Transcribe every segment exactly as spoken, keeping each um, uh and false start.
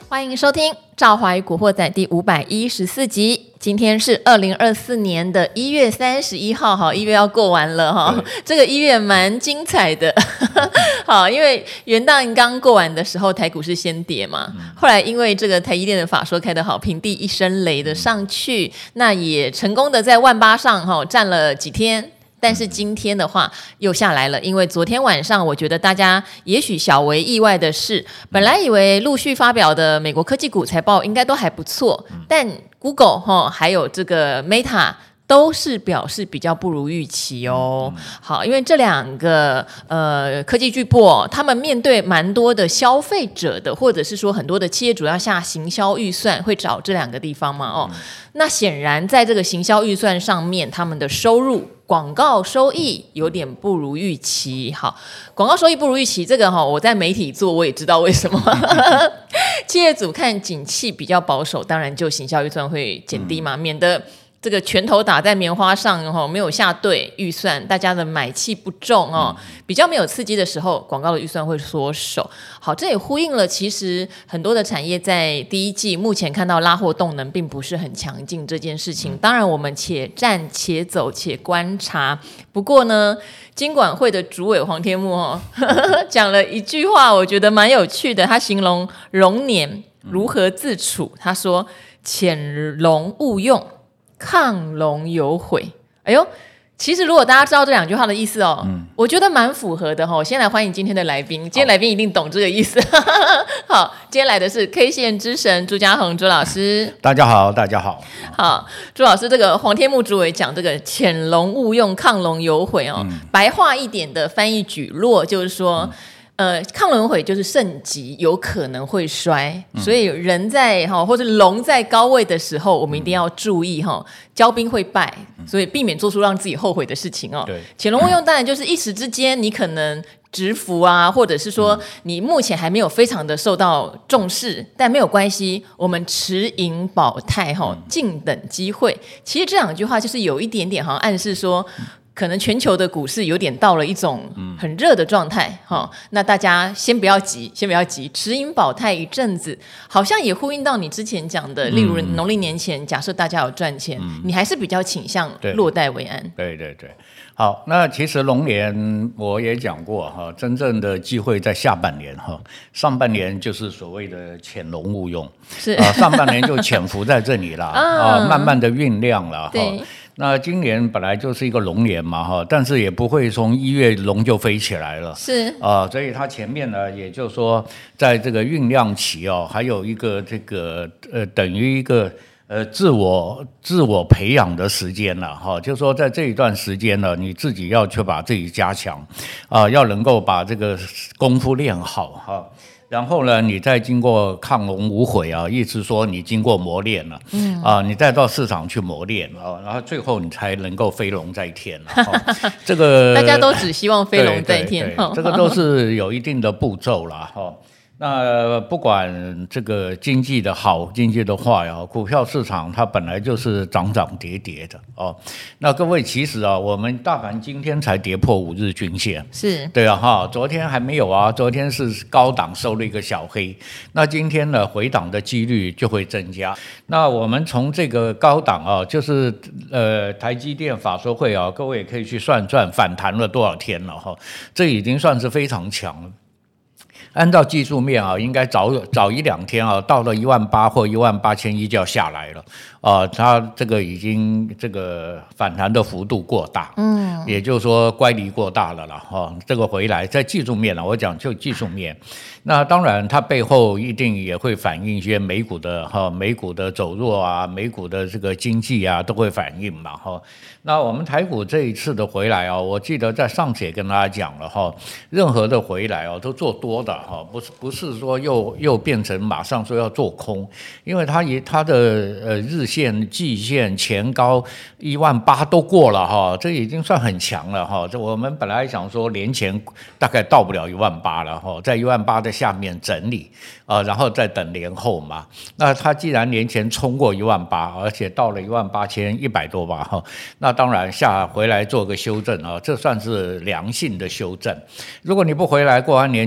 欢迎收听《赵华与古惑仔》第五百一十四集。今天是二零二四年的一月三十一号，好，一月要过完了哈，这个一月蛮精彩的。好，因为元旦刚过完的时候，台股是先跌嘛，嗯、后来因为这个台积电的法说开得好，平地一声雷的上去，嗯、那也成功的在万八上哈站了几天。但是今天的话又下来了，因为昨天晚上我觉得大家也许小为意外的是，本来以为陆续发表的美国科技股财报应该都还不错，但 Google 齁还有这个 Meta都是表示比较不如预期哦。好，因为这两个呃科技巨擘，他们面对蛮多的消费者的，或者是说很多的企业主要下行销预算会找这两个地方嘛哦。那显然在这个行销预算上面，他们的收入广告收益有点不如预期。好，广告收益不如预期，这个哈、哦、我在媒体做我也知道为什么。企业主看景气比较保守，当然就行销预算会减低嘛，嗯、免得这个拳头打在棉花上哦，没有下对预算，大家的买气不重哦，比较没有刺激的时候，广告的预算会缩手。好，这也呼应了其实很多的产业在第一季目前看到拉货动能并不是很强劲这件事情。当然我们且战且走且观察。不过呢，金管会的主委黄天木哦讲了一句话，我觉得蛮有趣的。他形容龙年如何自处，他说：“潜龙勿用。”亢龙有悔。哎呦，其实如果大家知道这两句话的意思哦，嗯、我觉得蛮符合的哈、哦。先来欢迎今天的来宾，今天来宾一定懂这个意思。好，今天来的是 K 线之神朱家宏朱老师。 大家好，大家好。 好，朱老师，这个黄天木主委讲这个潜龙勿用，亢龙有悔哦。嗯、白话一点的翻译举落就是说。嗯呃，亢龙有悔就是盛极有可能会衰，嗯、所以人在哈或者龙在高位的时候，我们一定要注意哈，骄兵会败，所以避免做出让自己后悔的事情哦。对，潜龙勿用当然就是一时之间你可能蛰伏啊，或者是说你目前还没有非常的受到重视，但没有关系，我们持盈保泰哈，静等机会。其实这两句话就是有一点点好像暗示说。可能全球的股市有点到了一种很热的状态、嗯哦、那大家先不要急先不要急，持盈保泰一阵子，好像也呼应到你之前讲的、嗯、例如农历年前假设大家有赚钱、嗯、你还是比较倾向落袋为安。 对对对，好，那其实龙年我也讲过哈，真正的机会在下半年哈，上半年就是所谓的潜龙勿用，是啊，上半年就潜伏在这里啦啊，慢慢的酝酿了哈。那今年本来就是一个龙年嘛哈，但是也不会从一月龙就飞起来了，是啊，所以它前面呢，也就是说在这个酝酿期哦，还有一个这个呃，等于一个。呃，自我自我培养的时间了哈，就是说在这一段时间呢，你自己要去把自己加强，啊、呃，要能够把这个功夫练好哈。然后呢，你再经过亢龙无悔啊，意思说你经过磨练了，嗯啊、呃，你再到市场去磨练啊，然后最后你才能够飞龙在天了。哦、这个大家都只希望飞龙在天， 对对对这个都是有一定的步骤啦哈。那不管这个经济的好，经济的坏啊，股票市场它本来就是涨涨跌跌的哦。那各位其实啊，我们大盘今天才跌破五日均线，是对啊哈，昨天还没有啊，昨天是高档收了一个小黑，那今天呢回档的几率就会增加。那我们从这个高档啊，就是呃台积电法说会啊，各位也可以去算算反弹了多少天了哈，这已经算是非常强了。按照技术面啊，应该早早一两天啊，到了一万八或一万八千一就要下来了啊、呃，它这个已经这个反弹的幅度过大，嗯，也就是说乖离过大了啦哈、哦。这个回来在技术面啊，我讲就技术面，那当然它背后一定也会反映一些美股的哈、哦，美股的走弱啊，美股的这个经济啊都会反映嘛哈、哦。那我们台股这一次的回来啊，我记得在上次也跟大家讲了哈、哦，任何的回来哦都做多的。不是不是说又又变成马上说要做空，因为它也它的呃日线、季线前高一万八都过了哈，这已经算很强了哈。这我们本来想说年前大概到不了一万八了哈，在一万八的下面整理啊、呃，然后再等年后嘛。那它既然年前冲过一万八，而且到了一万八千一百多吧哈，那当然下回来做个修正啊，这算是良性的修正。如果你不回来过完年，叫它怎么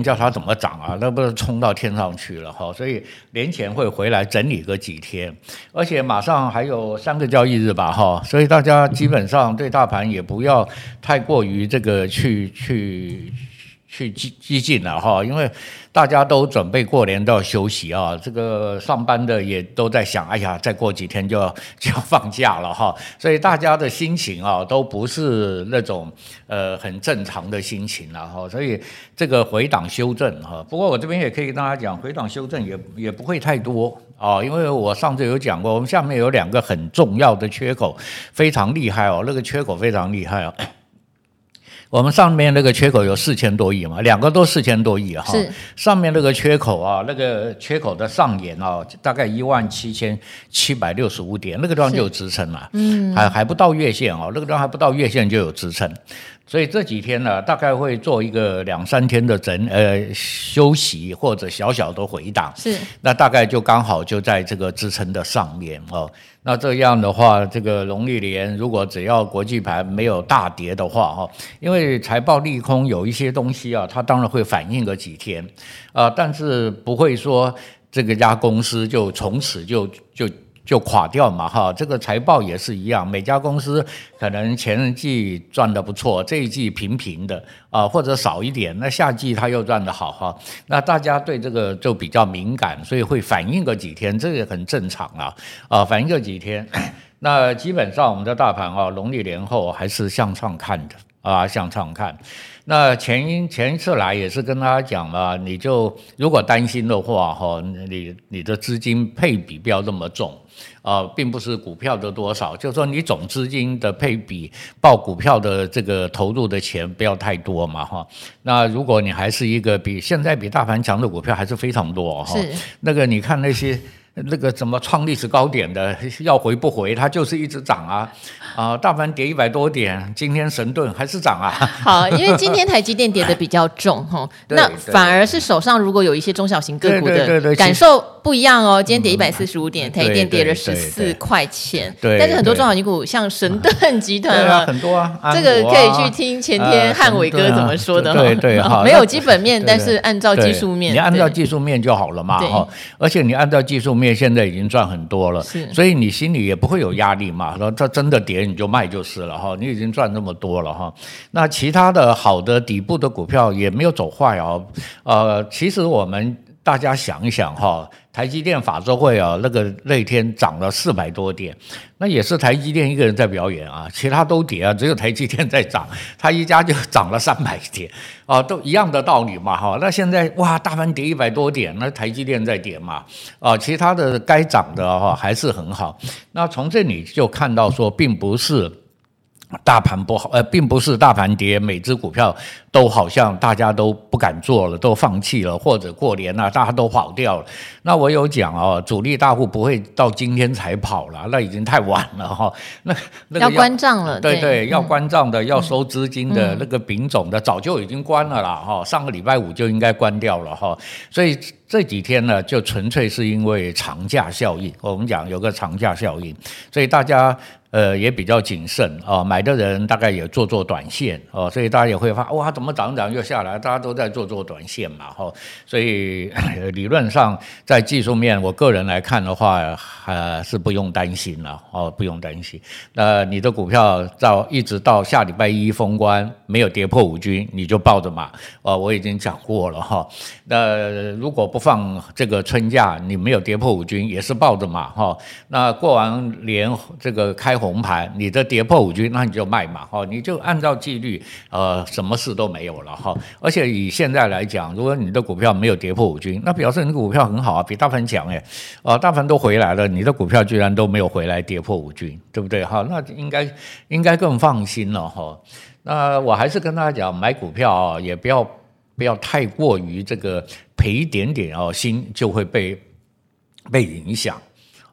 啊涨啊，那不是冲到天上去了哈，所以年前会回来整理个几天，而且马上还有三个交易日吧哈，所以大家基本上对大盘也不要太过于这个去去。去激激进了哈，因为大家都准备过年都要休息啊，这个上班的也都在想，哎呀，再过几天就要就要放假了哈，所以大家的心情啊都不是那种呃很正常的心情了哈，所以这个回档修正哈，不过我这边也可以跟大家讲，回档修正也也不会太多啊，因为我上次有讲过，我们下面有两个很重要的缺口，非常厉害哦，那个缺口非常厉害哦。我们上面那个缺口有四千多亿嘛，两个都四千多亿哈。上面那个缺口啊，那个缺口的上沿啊，大概一万七千七百六十五点，那个地方就有支撑了，嗯，还还不到月线哦，那个地方还不到月线就有支撑，所以这几天呢，大概会做一个两三天的整呃休息或者小小的回档， 是， 那大概就刚好就在这个支撑的上面哦。那这样的话，这个农历年如果只要国际盘没有大跌的话，哈，因为财报利空有一些东西啊，它当然会反映个几天，啊、呃，但是不会说这个家公司就从此就就。就垮掉嘛哈，这个财报也是一样，每家公司可能前季赚得不错，这一季平平的啊、呃，或者少一点，那下季它又赚得好哈，那大家对这个就比较敏感，所以会反应个几天，这个很正常啦啊、呃，反应个几天，那基本上我们的大盘啊，农历年后还是向上看的啊，向上看。那前前一次来也是跟大家讲嘛，你就如果担心的话哈，你你的资金配比不要这么重。呃，并不是股票的多少，就是说你总资金的配比报股票的这个投入的钱不要太多嘛哈。那如果你还是一个比现在比大盘强的股票还是非常多哈。那个你看那些那个怎么创历史高点的，要回不回，它就是一直涨啊啊、呃！大盘跌一百多点，今天神盾还是涨啊。 好，因为今天台积电跌得比较重哈，那反而是手上如果有一些中小型个股的感受不一样哦。今天跌一百四十五点，台积电跌了十四块钱，但是很多中小型股像神盾集团啊， 很多啊， 这个可以去听前天汉伟哥怎么说的哈。对对，没有基本面，但是按照技术面， 你按照技术面就好了嘛哈。而且你按照技术面。现在已经赚很多了，所以你心里也不会有压力嘛。它真的跌你就卖就是了哈，你已经赚这么多了哈。那其他的好的底部的股票也没有走坏哦。呃，其实我们大家想一想哈，台积电法说会啊，那个那天涨了四百多点，那也是台积电一个人在表演啊，其他都跌啊，只有台积电在涨，他一家就涨了三百点啊，都一样的道理嘛哈。那现在哇，大盘跌一百多点，那台积电在跌嘛啊，其他的该涨的哈还是很好。那从这里就看到说，并不是。大盘不好，呃，并不是大盘跌，每只股票都好像大家都不敢做了，都放弃了，或者过年了、啊，大家都跑掉了。那我有讲哦，主力大户不会到今天才跑了，那已经太晚了哈、哦。那那个要, 要关账了， 对 对, 对，要关账的， 嗯、 要收资金的、嗯、那个丙种的，早就已经关了啦哈、哦。上个礼拜五就应该关掉了哈、哦。所以这几天呢，就纯粹是因为长假效应。我们讲有个长假效应，所以大家。呃，也比较谨慎啊、哦，买的人大概也做做短线哦，所以大家也会发哇，怎么涨涨又下来，大家都在做做短线嘛，哈、哦，所以理论上在技术面，我个人来看的话，呃，是不用担心了哦，不用担心。那你的股票到一直到下礼拜一封关没有跌破五均，你就抱着嘛，哦，我已经讲过了哈、哦。那如果不放这个春假，你没有跌破五均也是抱着嘛，哈、哦。那过完年这个开红盘，你的跌破五均，那你就卖嘛，哈，你就按照纪律，呃，什么事都没有了哈。而且以现在来讲，如果你的股票没有跌破五均，那表示你的股票很好啊，比大盘强哎，啊、呃，大盘都回来了，你的股票居然都没有回来跌破五均，对不对？哈，那应该应该更放心了哈。那我还是跟大家讲，买股票啊，也不要不要太过于这个赔一点点哦，心就会被被影响。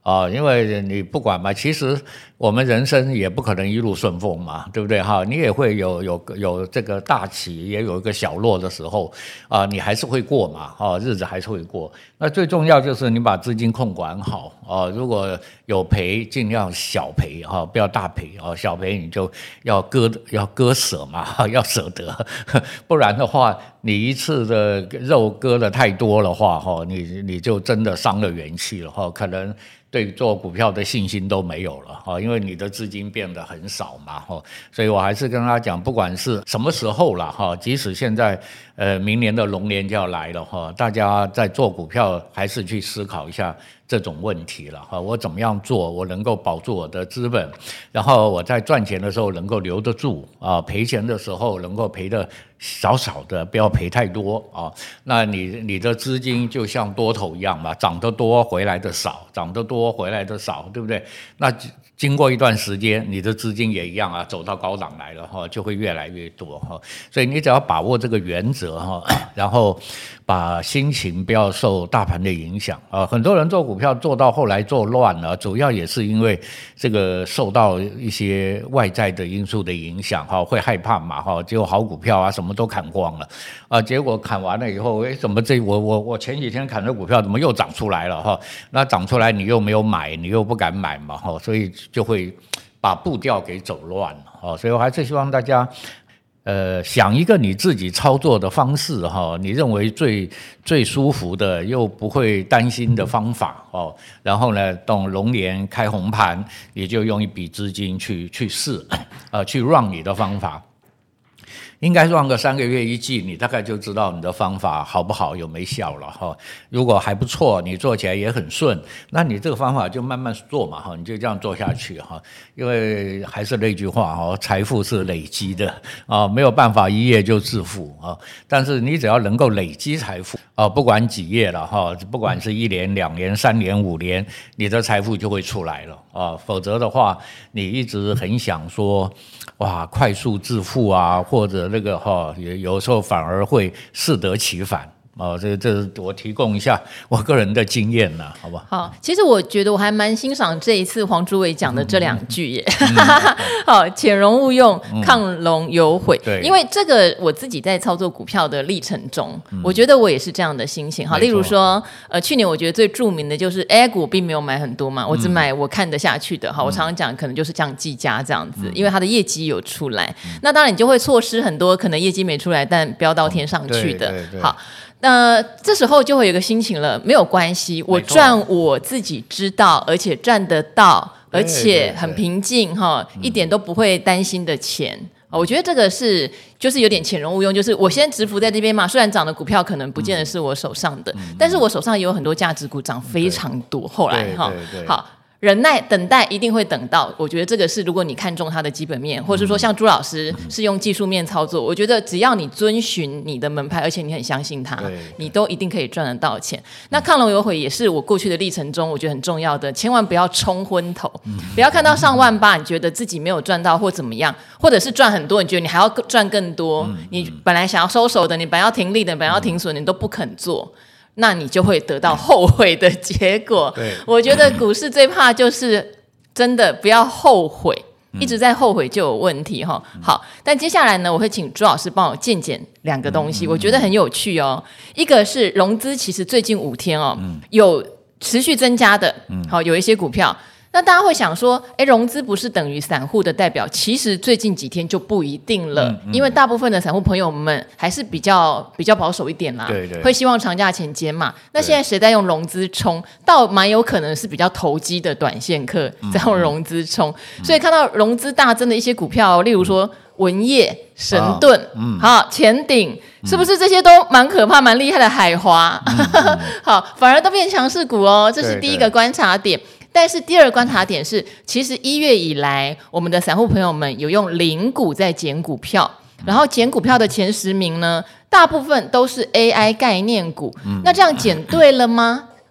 啊，因为你不管嘛，其实我们人生也不可能一路顺风嘛，对不对哈？你也会有有有这个大起，也有一个小落的时候啊，你还是会过嘛，啊，日子还是会过。那最重要就是你把资金控管好啊，如果有赔尽量小赔哈，不要大赔啊，小赔你就要割要割舍嘛，要舍得，不然的话，你一次的肉割的太多的话哈，你你就真的伤了元气了哈，可能对做股票的信心都没有了哈，因为你的资金变得很少嘛哈，所以我还是跟他讲，不管是什么时候啦哈，即使现在呃明年的龙年就要来了哈，大家在做股票还是去思考一下这种问题了哈，我怎么样做，我能够保住我的资本，然后我在赚钱的时候能够留得住啊，赔钱的时候能够赔的少少的，不要赔太多啊。那你你的资金就像多头一样嘛，涨得多回来的少，涨得多回来的少，对不对？那经过一段时间，你的资金也一样啊，走到高档来了哈，就会越来越多哈。所以你只要把握这个原则哈，然后把心情不要受大盘的影响啊。很多人做股票做到后来做乱了，主要也是因为这个受到一些外在的因素的影响哈，会害怕嘛哈，结果好股票啊什么都砍光了啊，结果砍完了以后，哎，怎么这我我我前几天砍的股票怎么又涨出来了哈？那涨出来你又没有买，你又不敢买嘛哈，所以就会把步调给走乱了，所以我还是希望大家呃想一个你自己操作的方式哈，你认为最最舒服的又不会担心的方法哦，然后呢，等龙年开红盘，你就用一笔资金去去试，呃，去 run 你的方法。应该run个三个月一季，你大概就知道你的方法好不好，有没效了哈。如果还不错，你做起来也很顺，那你这个方法就慢慢做嘛哈，你就这样做下去哈。因为还是那句话哈，财富是累积的啊，没有办法一夜就致富啊。但是你只要能够累积财富啊，不管几夜了哈，不管是一年、两年、三年、五年，你的财富就会出来了啊。否则的话，你一直很想说哇快速致富啊，或者那个哈，有时候反而会适得其反。哦，这这我提供一下我个人的经验啦，好吧？ 好，其实我觉得我还蛮欣赏这一次黄主委讲的这两句耶。嗯、好，潜龙勿用，亢龙有悔。对、嗯，因为这个我自己在操作股票的历程中，嗯、我觉得我也是这样的心情。好，例如说，呃，去年我觉得最著名的就是 A 股，并没有买很多嘛，我只买我看得下去的。好，我常常讲，可能就是像技嘉这样子，嗯、因为它的业绩有出来，嗯、那当然你就会错失很多可能业绩没出来但飙到天上去的。对对对，好。那这时候就会有一个心情了，没有关系，我赚我自己知道，而且赚得到，而且很平静哈，一点都不会担心的钱。我觉得这个是就是有点潜龙勿用，就是我先蛰伏在这边嘛，虽然涨的股票可能不见得是我手上的，嗯、但是我手上也有很多价值股涨非常多，后来哈，好。忍耐等待一定会等到，我觉得这个是如果你看中它的基本面，或者说像朱老师是用技术面操作，我觉得只要你遵循你的门派，而且你很相信它，你都一定可以赚得到钱。那亢龙有悔也是我过去的历程中我觉得很重要的，千万不要冲昏头，不要看到上万八你觉得自己没有赚到或怎么样，或者是赚很多你觉得你还要赚更多，你本来想要收手的，你本来要停利的，本来要停损你都不肯做，那你就会得到后悔的结果。我觉得股市最怕就是真的不要后悔，一直在后悔就有问题哈。好，但接下来呢，我会请朱老师帮我鉴检两个东西，我觉得很有趣哦。一个是融资，其实最近五天哦，有持续增加的，好，有一些股票。那大家会想说，哎，融资不是等于散户的代表？其实最近几天就不一定了，嗯嗯、因为大部分的散户朋友们还是比较比较保守一点啦，对对，会希望长假前减码。那现在谁在用融资冲？倒蛮有可能是比较投机的短线客在用融资冲，嗯、所以看到融资大增的一些股票，例如说文业、神盾、哦嗯、好前鼎，是不是这些都蛮可怕、蛮厉害的海华？嗯、好，反而都变强势股哦，这是第一个观察点。对对，但是第二个观察点是，其实一月以来，我们的散户朋友们有用零股在捡股票，然后捡股票的前十名呢，大部分都是 A I 概念股。嗯、那这样捡对了吗？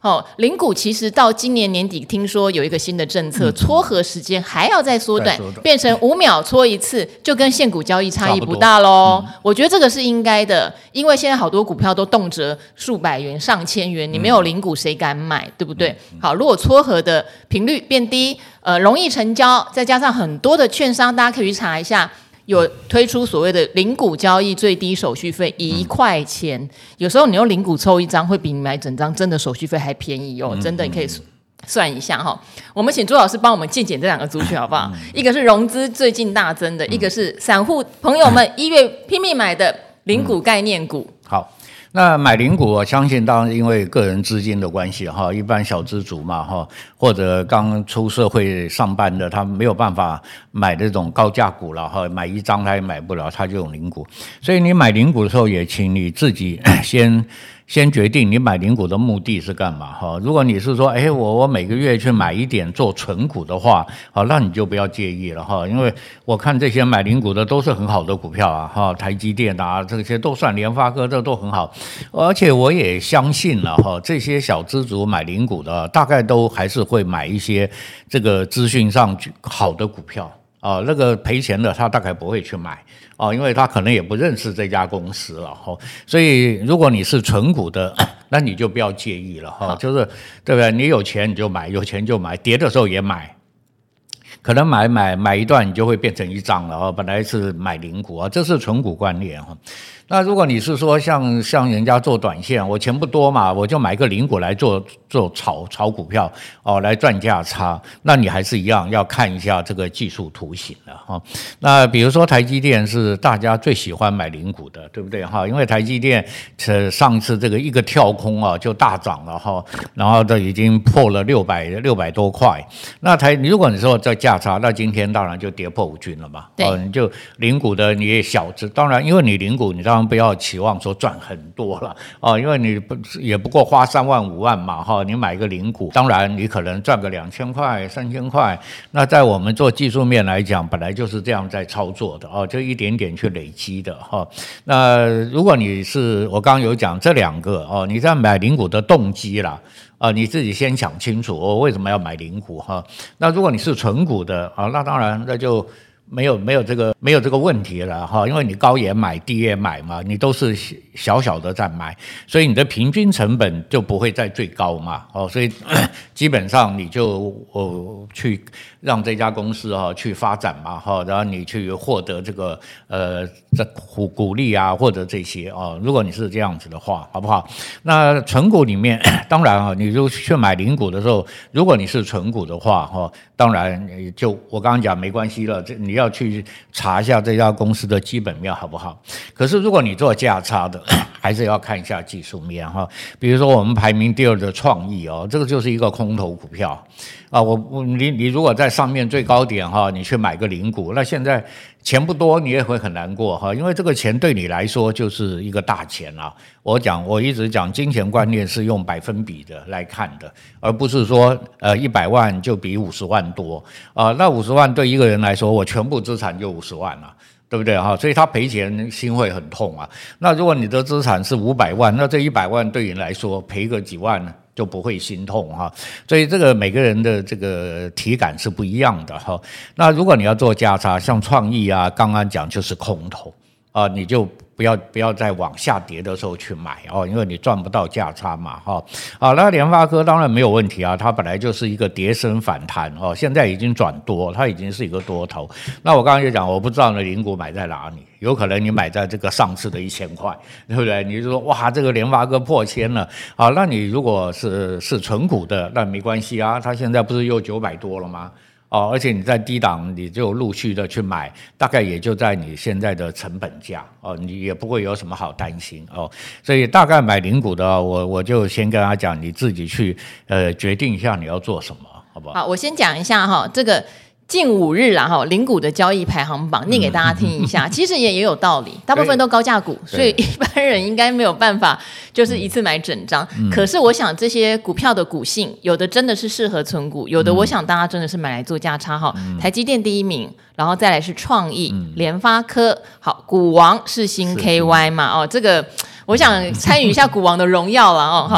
哦，零股其实到今年年底，听说有一个新的政策，嗯、撮合时间还要再缩短，变成五秒撮一次，就跟现股交易差异不大喽、嗯。我觉得这个是应该的，因为现在好多股票都动辄数百元、上千元，你没有零股谁敢买，嗯、对不对？好，如果撮合的频率变低，呃，容易成交，再加上很多的券商，大家可以去查一下。有推出所谓的零股交易最低手续费一块钱、嗯，有时候你用零股抽一张，会比你买整张真的手续费还便宜哦，嗯、真的你可以算一下哈。我们请朱老师帮我们鉴检这两个族群好不好？嗯、一个是融资最近大增的，嗯、一个是散户朋友们一月拼命买的零股概念股。 嗯、好。那买零股，我相信当然因为个人资金的关系哈，一般小资族嘛哈，或者刚出社会上班的，他没有办法买这种高价股了哈，买一张他也买不了，他就用零股。所以你买零股的时候，也请你自己先。先决定你买零股的目的是干嘛哈？如果你是说，哎，我我每个月去买一点做存股的话，好，那你就不要介意了哈，因为我看这些买零股的都是很好的股票啊，哈，台积电啊，这些都算联发科，这都很好，而且我也相信了哈，这些小资族买零股的，大概都还是会买一些这个资讯上好的股票。啊，那个赔钱的他大概不会去买啊，因为他可能也不认识这家公司了哈。所以如果你是纯股的，那你就不要介意了哈，就是对不对？你有钱你就买，有钱就买，跌的时候也买。可能买买买一段，你就会变成一张了啊！本来是买零股啊，这是纯股观念哈。那如果你是说像像人家做短线，我钱不多嘛，我就买个零股来做做炒炒股票哦，来赚价差，那你还是一样要看一下这个技术图形的哈。那比如说台积电是大家最喜欢买零股的，对不对哈？因为台积电上次这个一个跳空啊就大涨了哈，然后这已经破了六百六百多块。那台如果你说这价差，那今天当然就跌破五均了嘛。哦，你就零股的你也小资，当然因为你零股你当然不要期望说赚很多了哦，因为你不也不过花三万五万嘛哈，你买一个零股，当然你可能赚个两千块、三千块。那在我们做技术面来讲，本来就是这样在操作的哦，就一点点去累积的哈。那如果你是我刚刚有讲这两个哦，你在买零股的动机啦。啊，你自己先想清楚，我为什么要买零股哈？那如果你是纯股的啊，那当然那就没有没有这个没有这个问题了哈，因为你高也买低也买嘛，你都是小小的在买，所以你的平均成本就不会在最高嘛哦，所以基本上你就哦去让这家公司哈去发展嘛哈，然后你去获得这个呃这股股利啊或者这些哦，如果你是这样子的话，好不好？那纯股里面当然啊，你如果去买零股的时候，如果你是纯股的话哈，当然就我刚刚讲没关系了，这你要去查一下这家公司的基本面好不好？可是如果你做价差的，还是要看一下技术面哈。比如说我们排名第二的创意哦，这个就是一个空头股票啊。我你你如果在上面最高点哈，你去买个零股，那现在钱不多，你也会很难过哈，因为这个钱对你来说就是一个大钱啊。我讲我一直讲金钱观念是用百分比的来看的，而不是说呃一百万就比五十万多啊。那五十万对一个人来说，我全部资产就五十万了。对不对哈？所以他赔钱心会很痛啊。那如果你的资产是五百万，那这一百万对你来说赔个几万就不会心痛哈。所以这个每个人的这个体感是不一样的哈。那如果你要做价差，像创意啊，刚刚讲就是空头啊，你就不要不要在往下跌的时候去买哦，因为你赚不到价差嘛哈。好，那联发科当然没有问题啊，它本来就是一个跌升反弹哦，现在已经转多，它已经是一个多头。那我刚刚就讲，我不知道呢零股买在哪里，有可能你买在这个上次的一千块，对不对？你就说哇，这个联发科破千了，好，那你如果是是纯股的，那没关系啊，它现在不是又九百多了吗？哦，而且你在低档，你就陆续的去买，大概也就在你现在的成本价哦，你也不会有什么好担心哦。所以大概买零股的，我我就先跟他讲，你自己去呃决定一下你要做什么，好不好？ 好，我先讲一下哈，这个近五日啦哈，零股的交易排行榜念给大家听一下，嗯、其实也也有道理，大部分都高价股，所以一般人应该没有办法就是一次买整张。嗯、可是我想这些股票的股性，有的真的是适合存股，有的我想大家真的是买来做价差哈。嗯、台积电第一名，然后再来是创意、嗯、联发科，好，股王世芯 K Y 嘛哦，这个我想参与一下股王的荣耀了哦哈。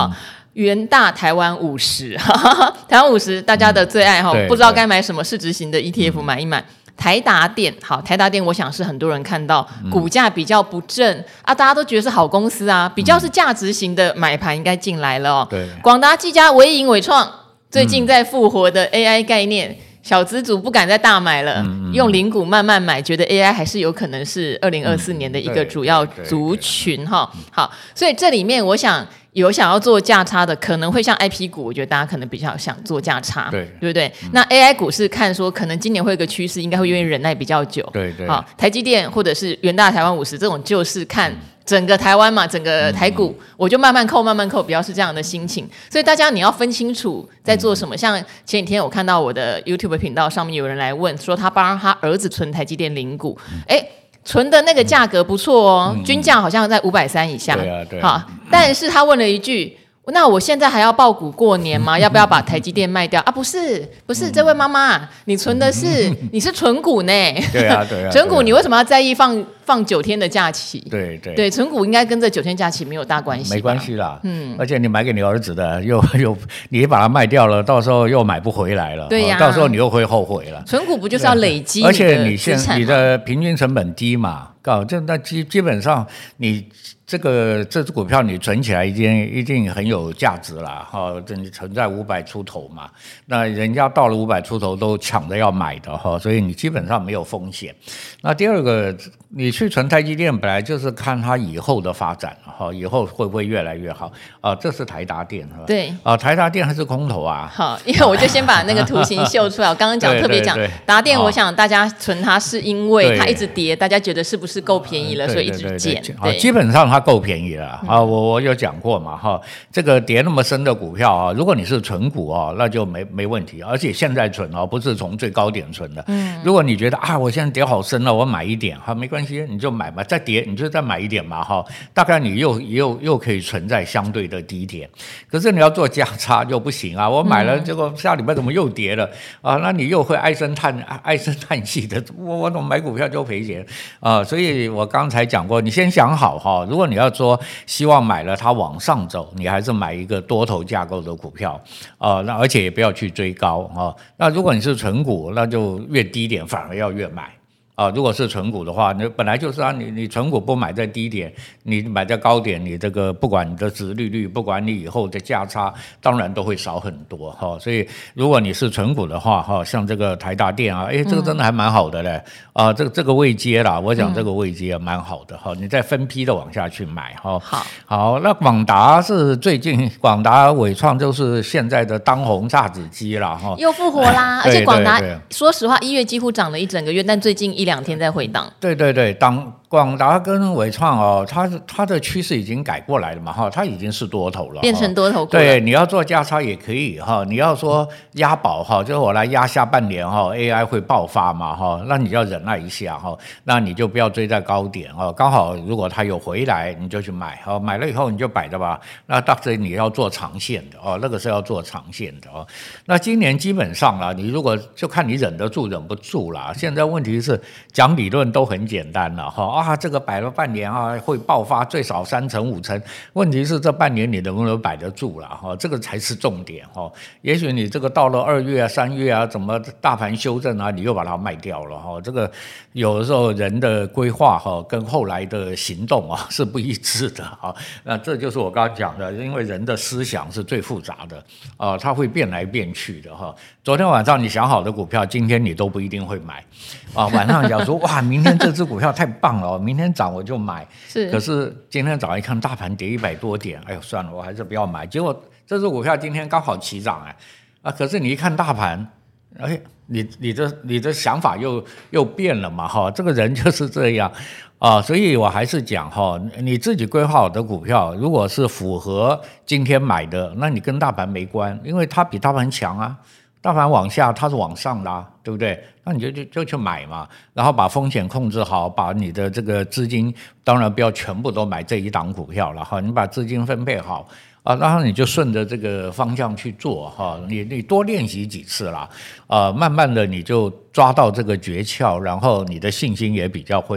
元大台湾五十，台湾五十大家的最爱哈、嗯，不知道该买什么市值型的 E T F 买一买。嗯台达电，好，台达电，我想是很多人看到股价比较不振、嗯、啊，大家都觉得是好公司啊，比较是价值型的买盘应该进来了哦。对，广达、技嘉、微盈、伟创最近在复活的 A I 概念。嗯，小资主不敢再大买了，嗯嗯，用零股慢慢买，觉得 A I 还是有可能是二零二四年的一个主要族群哈、嗯。好，所以这里面我想有想要做价差的，可能会像 I P 股，我觉得大家可能比较想做价差，对对不对、嗯？那 A I 股是看说可能今年会有个趋势，应该会愿意忍耐比较久。对对。好，台积电或者是元大台湾五十这种，就是看。整个台湾嘛，整个台股、嗯、我就慢慢扣慢慢扣，比较是这样的心情。所以大家你要分清楚在做什么、嗯、像前几天我看到我的 YouTube 频道上面有人来问说他帮他儿子存台积电零股，哎、嗯，存的那个价格不错哦、嗯、均价好像在五百三以下，对啊对啊，好，但是他问了一句，那我现在还要抱股过年吗？要不要把台积电卖掉啊？不是，不是，这位妈妈，你存的是你是存股呢？对啊，对啊，存股你为什么要在意放放九天的假期？对对对，存股应该跟这九天假期没有大关系，没关系啦。嗯，而且你买给你儿子的，又又你把它卖掉了，到时候又买不回来了，对呀、啊，到时候你又会后悔了。存股不就是要累积？而且你现你的平均成本低嘛，搞这那基基本上你。这个这只股票你存起来一定一定很有价值啦，哈、哦，你存在五百出头嘛，那人家到了五百出头都抢着要买的哈、哦，所以你基本上没有风险。那第二个，你去存台积电本来就是看它以后的发展哈、哦，以后会不会越来越好啊？这是台达电是吧？对啊，台达电还是空头啊？好，因为我就先把那个图形秀出来。我刚刚讲特别讲达电，我想大家存它是因为它一直跌，大家觉得是不是够便宜了，所以一直减。对，基本上它够便宜了啊！我我有讲过嘛哈，这个跌那么深的股票啊，如果你是存股啊，那就没没问题，而且现在存啊，不是从最高点存的。嗯，如果你觉得啊，我现在跌好深了，我买一点哈，没关系，你就买吧，再跌你就再买一点嘛哈，大概你又又又可以存在相对的低点。可是你要做价差就不行啊，我买了，结果下礼拜怎么又跌了啊？那你又会唉声叹唉声叹气的，我我怎么买股票就赔钱啊？所以我刚才讲过，你先想好哈，如果你要说希望买了它往上走，你还是买一个多头架构的股票啊，那而且也不要去追高啊。那如果你是存股，那就越低点反而要越买。啊，如果是存股的话，你本来就是啊，你你存股不买在低点，你买在高点，你这个不管你的殖利率，不管你以后的价差，当然都会少很多哈、哦。所以如果你是存股的话，哈、哦，像这个台达电啊，哎，这个真的还蛮好的嘞，啊、呃，这个这个位阶啦，我讲这个位阶蛮好的哈、哦，你再分批的往下去买哈、哦。好，好，那广达是最近广达伟创就是现在的当红炸子鸡啦哈、哦，又复活啦，而且广达说实话一月几乎涨了一整个月，但最近一两天在回档。对对对，当广达跟伟创哦，它它的趋势已经改过来了嘛哈，它已经是多头了，变成多头股了。对，你要做价差也可以哈，你要说押宝哈，就是我来押下半年哈 ，A I 会爆发嘛哈，那你要忍耐一下哈，那你就不要追在高点哦，刚好如果它有回来，你就去买哈，买了以后你就摆着吧。那大致你要做长线的哦，那个是要做长线的哦。那今年基本上啦，你如果就看你忍得住忍不住啦。现在问题是讲理论都很简单了哈。啊，这个摆了半年啊，会爆发最少三成五成。问题是这半年你能不能摆得住了哈？这个才是重点哈。也许你这个到了二月啊、三月啊，怎么大盘修正啊，你又把它卖掉了哈。这个有的时候人的规划哈，跟后来的行动啊是不一致的哈。那这就是我刚刚讲的，因为人的思想是最复杂的啊，它会变来变去的哈。昨天晚上你想好的股票，今天你都不一定会买啊。晚上讲说哇，明天这只股票太棒了。明天涨我就买，是。可是今天早上一看，大盘跌一百多点，哎呦算了，我还是不要买。结果这只股票今天刚好起涨哎，啊！可是你一看大盘，哎，你你的你的想法又又变了嘛哈，这个人就是这样啊，所以我还是讲哈，你自己规划好的股票，如果是符合今天买的，那你跟大盘没关，因为它比大盘强啊。大盘往下，它是往上拉，对不对？那你就就就去买嘛，然后把风险控制好，把你的这个资金，当然不要全部都买这一档股票了哈，你把资金分配好啊，然后你就顺着这个方向去做哈，你你多练习几次啦，啊，慢慢的你就抓到这个诀窍，然后你的信心也比较会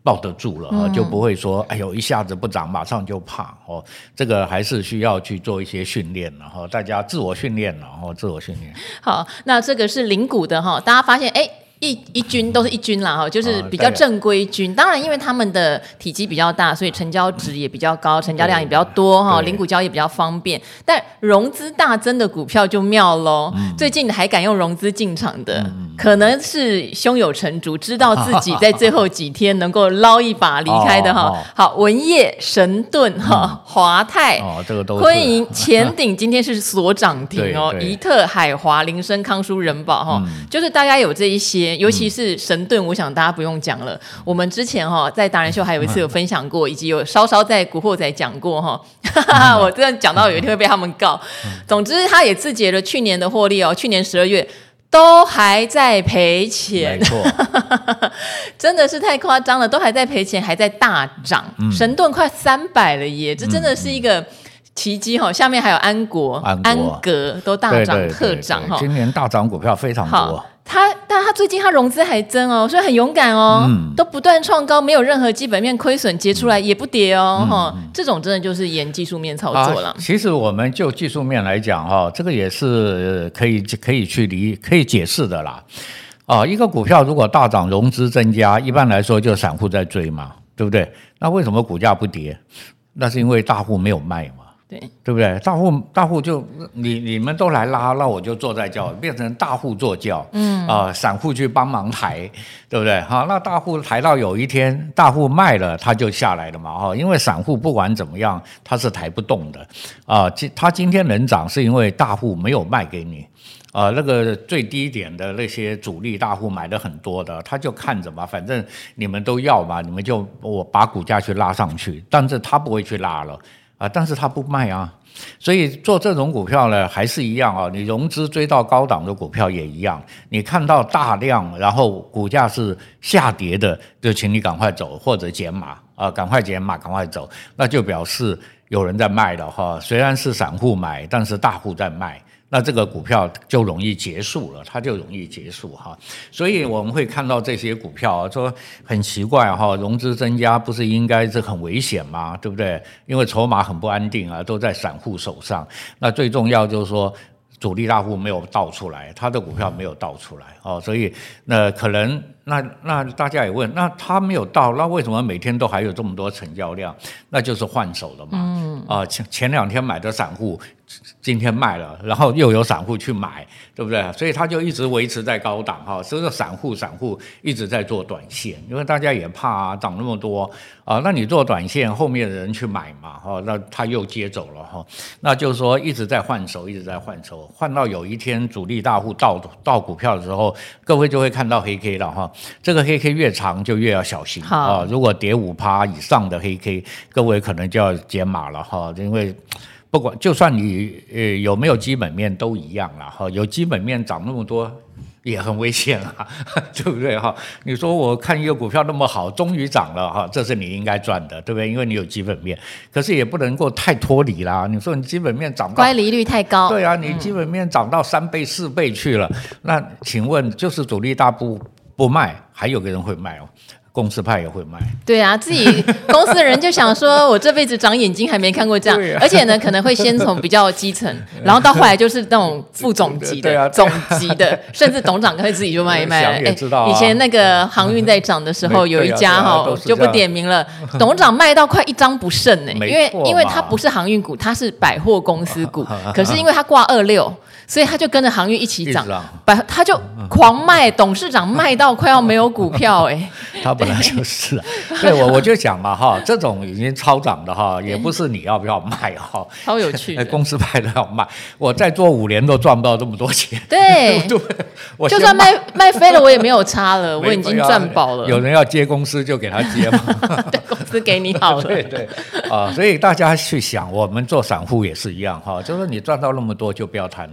抱得住了、嗯、就不会说哎呦一下子不涨马上就怕哦，这个还是需要去做一些训练了哈，大家自我训练了哈，自我训练。 好，那这个是零股的哈，大家发现哎。一一军都是一军啦，就是比较正规军。当然，因为他们的体积比较大，所以成交值也比较高，成交量也比较多哈，零股交易比较方便。但融资大增的股票就妙喽、嗯，最近还敢用融资进场的，嗯、可能是胸有成竹，知道自己在最后几天能够捞一把离开的哈。哦哦、好，文业、神盾哈、华泰、 哦这个都昆银、前鼎今天是锁涨停哦，怡特、海华、林森、康舒、人保哈、嗯，就是大家有这一些。尤其是神盾，我想大家不用讲了。我们之前哈在达人秀还有一次有分享过，以及有稍稍在古惑仔讲过哈。我真的讲到有一天会被他们告。总之，他也自结了去年的获利哦，去年十二月都还在赔钱， 没错， 真的是太夸张了，都还在赔钱，还在大涨。嗯、神盾快三百了耶，这真的是一个。奇迹哈，下面还有安国、安国、安格都大涨特涨哈。 今年大涨股票非常多。 他，但他最近他融资还增哦，所以很勇敢哦，嗯、都不断创高，没有任何基本面亏损，结出来也不跌哦，哈、嗯，这种真的就是沿技术面操作了、啊。 其实我们就技术面来讲哈，这个也是可以可以去理可以解释的啦。啊，一个股票如果大涨，融资增加，一般来说就散户在追嘛，对不对？那为什么股价不跌？那是因为大户没有卖嘛。对, 对不对？大户大户就你你们都来拉，那我就坐在轿，变成大户坐轿，嗯啊、呃，散户去帮忙抬，对不对？好，那大户抬到有一天大户卖了，他就下来了嘛，哈，因为散户不管怎么样，他是抬不动的啊、呃。他今天能涨，是因为大户没有卖给你。啊、呃，那个最低点的那些主力大户买的很多的，他就看着嘛，反正你们都要嘛，你们就我把股价去拉上去，但是他不会去拉了。啊，但是他不卖啊，所以做这种股票呢，还是一样啊。你融资追到高档的股票也一样，你看到大量，然后股价是下跌的，就请你赶快走或者减码啊，赶快减码，赶快走，那就表示有人在卖了哈。虽然是散户买，但是大户在卖。那这个股票就容易结束了，它就容易结束哈，所以我们会看到这些股票啊，说很奇怪哈，融资增加不是应该是很危险吗？对不对？因为筹码很不安定啊，都在散户手上。那最重要就是说，主力大户没有倒出来，他的股票没有倒出来哦，所以那可能那那大家也问，那他没有倒，那为什么每天都还有这么多成交量？那就是换手了嘛。嗯啊，前前两天买的散户。今天卖了，然后又有散户去买，对不对？所以它就一直维持在高档哈，所以说散户散户一直在做短线，因为大家也怕啊，涨那么多啊，那你做短线，后面的人去买嘛，哈，那他又接走了哈，那就是说一直在换手，一直在换手，换到有一天主力大户到到股票的时候，各位就会看到黑 K 了哈，这个黑 K 越长就越要小心啊，如果跌 百分之五 以上的黑 K， 各位可能就要减码了哈，因为。不管就算你呃有没有基本面都一样啦哈，有基本面涨那么多也很危险啊，对不对哈？你说我看一个股票那么好，终于涨了哈，这是你应该赚的，对不对？因为你有基本面，可是也不能够太脱离啦。你说你基本面涨到乖离率太高， 对啊，你基本面涨到三倍四倍去了，嗯、那请问就是主力大部不卖，还有个人会卖哦。公司派也会卖， 对啊，自己公司的人就想说，我这辈子长眼睛还没看过这样，啊、而且呢，可能会先从比较基层，然后到后来就是那种副总级的、 对啊、 总级的，甚至董事长会自己就卖一卖了。 哎、啊， 以前那个航运在涨的时候，有一家哈、啊、就不点名了，董事长卖到快一张不剩呢、欸，因为因为他不是航运股，他是百货公司股，可是因为他挂二六。所以他就跟着航运一起涨，把他就狂卖，董事长卖到快要没有股票哎、欸。 他本来就是啊，对我我就讲嘛哈，这种已经超涨的哈，也不是你要不要卖哈， 超有趣的， 公司派都要卖，我再做五年都赚不到这么多钱。 对，对，我就算卖卖飞了，我也没有差了，我已经赚饱了。 有人要接公司就给他接嘛， 对，公司给你好了。 对对啊，所以大家去想，我们做散户也是一样哈，就是你赚到那么多就不要贪了。嗯。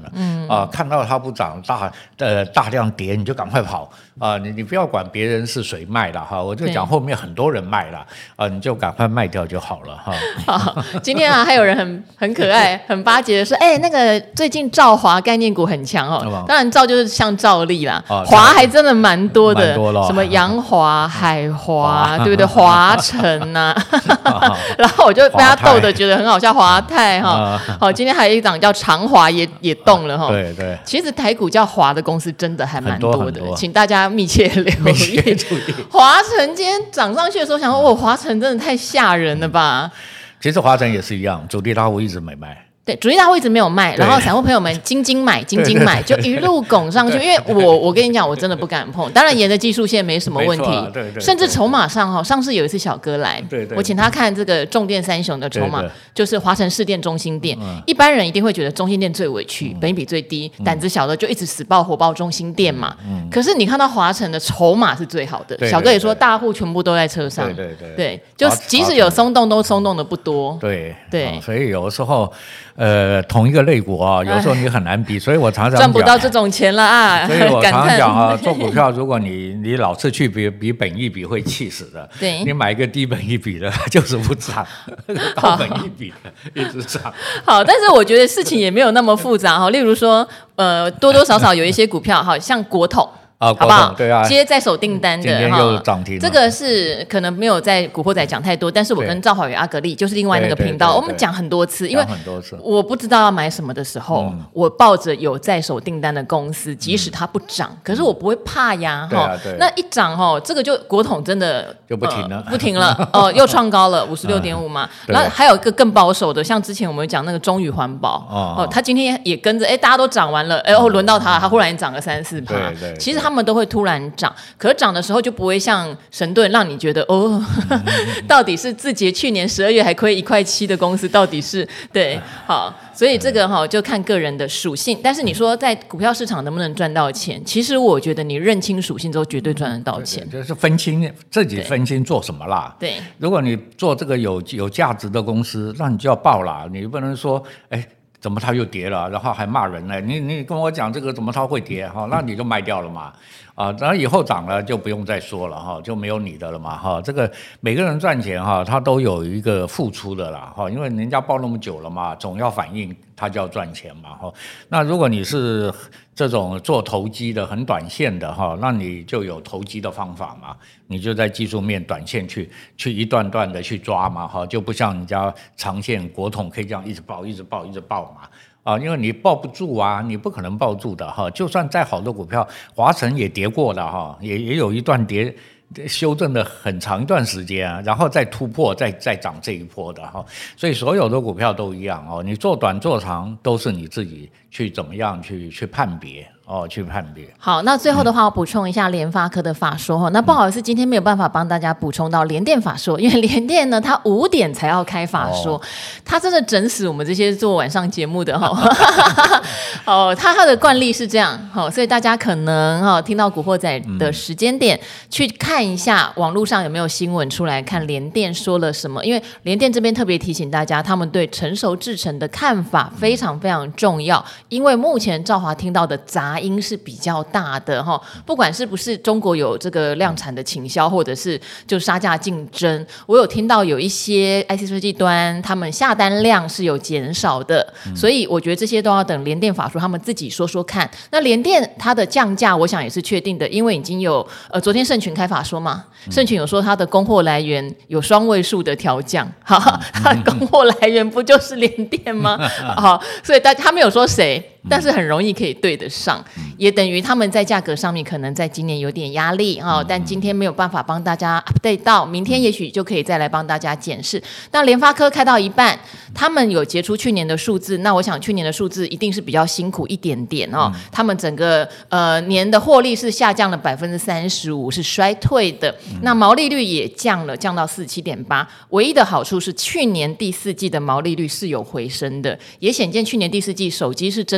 嗯啊，看到它不涨大呃大量跌，你就赶快跑啊！你你不要管别人是谁卖了哈，我就讲后面很多人卖了啊，你就赶快卖掉就好了哈。 好，今天啊还有人很很可爱、很巴结的说，哎、欸，那个最近兆华概念股很强哦。当然兆就是像兆利啦，华、啊、还真的蛮多的，多什么阳华、海华，对不对？华晨呐、啊，然后我就被他逗的觉得很好笑，华泰哈。好，今天还有一档叫长华也也动了哈。对对，其实台股叫华的公司真的还蛮多的，多请大家密切留意。华晨今天涨上去的时候，想说，哇，华晨真的太吓人了吧？ 其实华晨也是一样，主力大户一直没卖。 对，主力大户一直没有卖，然后散户朋友们精精买，精精买，就一路拱上去。因为我我跟你讲，我真的不敢碰。当然，沿着技术线没什么问题，啊、对对对，甚至筹码上哈，上次有一次小哥来，对对，我请他看这个重电三雄的筹码，对对，就是华城、士电、中兴电。嗯、一般人一定会觉得中兴电最委屈，本益比最低，嗯、胆子小的就一直死抱活抱中兴电嘛。嗯、可是你看到华城的筹码是最好的，对对对，小哥也说大户全部都在车上，对对 对, 对，就即使有松动，都松动的不多。对对、哦， 所以有的时候。呃，同一个类股啊，有时候你很难比，所以我常常赚不到这种钱了啊。 所以我常常讲啊，做股票，如果你你老是去比比本益比，会气死的。对，你买一个低本益比的，就是不涨；高本益比的一直涨。 好，但是我觉得事情也没有那么复杂哈。例如说，呃，多多少少有一些股票，好像国统。 啊， 好不好？ 对啊， 接在手订单的， 今天又涨停了。 这个是可能没有在古惑仔讲太多，但是我跟赵华与阿格力就是另外那个频道，我们讲很多次，因为我不知道要买什么的时候，嗯、我抱着有在手订单的公司，即使它不涨，嗯、可是我不会怕呀，哈、啊。那一涨哈，这个就国统真的就不停了， 呃、不停了哦、呃，又创高了五十六点五嘛。然后还有一个更保守的，像之前我们讲那个中宇环保哦、呃，他今天也跟着，哎，大家都涨完了，哎，哦，轮到他，他忽然涨个三四趴。其实他们都会突然。涨，可是涨的时候就不会像神盾让你觉得哦，到底是字节去年十二月还亏一块七的公司，到底是对好，所以这个哈就看个人的属性。但是你说在股票市场能不能赚到钱？其实我觉得你认清属性之后，绝对赚得到钱。 对对，就是分清自己分清做什么啦。对，如果你做这个有有价值的公司，那你就要报啦，你不能说哎。怎么它又跌了？然后还骂人呢？你你跟我讲这个怎么它会跌哈？那你就卖掉了嘛？啊，然后以后涨了就不用再说了哈，就没有你的了嘛哈。这个每个人赚钱哈，他都有一个付出的啦哈，因为人家抱那么久了嘛，总要反应，他就要赚钱嘛哈。那如果你是这种做投机的很短线的哈，那你就有投机的方法嘛，你就在技术面短线去去一段段的去抓嘛哈，就不像人家长线国统可以这样一直抱一直抱一直抱嘛。啊，因为你抱不住啊，你不可能抱住的哈。就算再好的股票，华晨也跌过了哈，也也有一段跌修正了很长一段时间啊，然后再突破，再再涨这一波的哈。所以所有的股票都一样哦，你做短做长都是你自己去怎么样去去判别。哦，去判别。好， 那最后的话，我补充一下联发科的法说哈、嗯。那不好意思，今天没有办法帮大家补充到联电法说，因为联电呢，它五点才要开法说，哦、它真的整死我们这些做晚上节目的哈。哦，它它的惯例是这样，哈，所以大家可能哈听到古惑仔的时间点、嗯，去看一下网络上有没有新闻出来，看联电说了什么。因为联电这边特别提醒大家，他们对成熟制程的看法非常非常重要，因为目前兆华听到的杂因是比较大的哈，不管是不是中国有这个量产的倾销，或者是就杀价竞争，我有听到有一些 I C 设计端他们下单量是有减少的，嗯、所以我觉得这些都要等联电法说他们自己说说看。那联电它的降价，我想也是确定的，因为已经有呃昨天盛群开法说嘛，盛群有说它的供货来源有双位数的调降，好，它的供货来源不就是联电吗？好，所以他他没有说谁。但是很容易可以对得上，也等于他们在价格上面可能在今年有点压力哈、哦，但今天没有办法帮大家 update 到，明天也许就可以再来帮大家检视。那联发科开到一半，他们有截出去年的数字，那我想去年的数字一定是比较辛苦一点点哦，嗯、他们整个呃年的获利是下降了百分之三十五，是衰退的，嗯、那毛利率也降了，降到四十七点八。唯一的好处是去年第四季的毛利率是有回升的，也显见去年第四季手机是真的。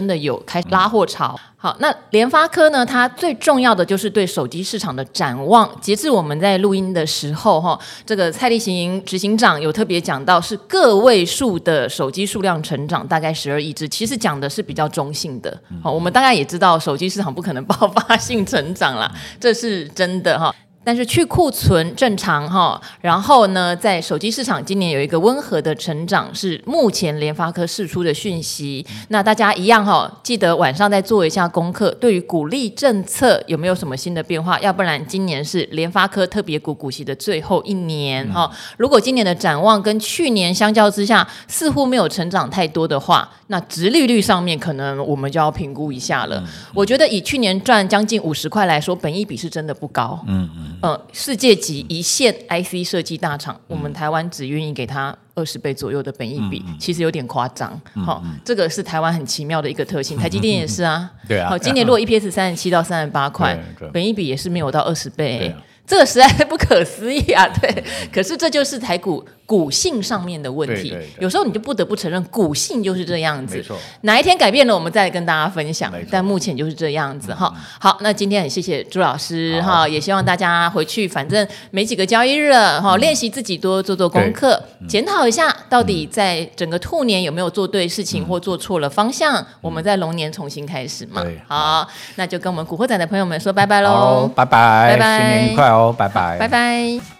的有开始拉货潮。好，那联发科呢，它最重要的就是对手机市场的展望。截至我们在录音的时候，这个蔡力行执行长有特别讲到，是个位数的手机数量成长，大概十二亿只，其实讲的是比较中性的。好，我们大概也知道手机市场不可能爆发性成长啦，这是真的哈。但是去库存正常哈，然后呢，在手机市场今年有一个温和的成长，是目前联发科释出的讯息。那大家一样哈，记得晚上再做一下功课，对于股利政策有没有什么新的变化？要不然今年是联发科特别股股息的最后一年哈。如果今年的展望跟去年相较之下，似乎没有成长太多的话，那殖利率上面可能我们就要评估一下了。我觉得以去年赚将近五十块来说，本益比是真的不高。嗯嗯。呃，世界级一线 I C 设计大厂，我们台湾只愿意给它二十倍左右的本益比，嗯、其实有点夸张。好、嗯哦，这个是台湾很奇妙的一个特性。台积电也是啊。对啊。好、哦，今年如果 E P S 三十七到三十八块，本益比也是没有到二十倍。这个实在不可思议啊！对，可是这就是台股股性上面的问题。对对对，有时候你就不得不承认，股性就是这样子。没错，哪一天改变了，我们再来跟大家分享。但目前就是这样子哈、嗯。好，那今天很谢谢朱老师哈，也希望大家回去，反正没几个交易日了哈，练习自己多做做功课，检讨一下到底在整个兔年有没有做对事情、嗯、或做错了方向。嗯、我们在龙年重新开始嘛。好，那就跟我们古惑仔的朋友们说拜拜喽！ 拜拜，拜拜，新年愉快哦！拜拜， 拜拜。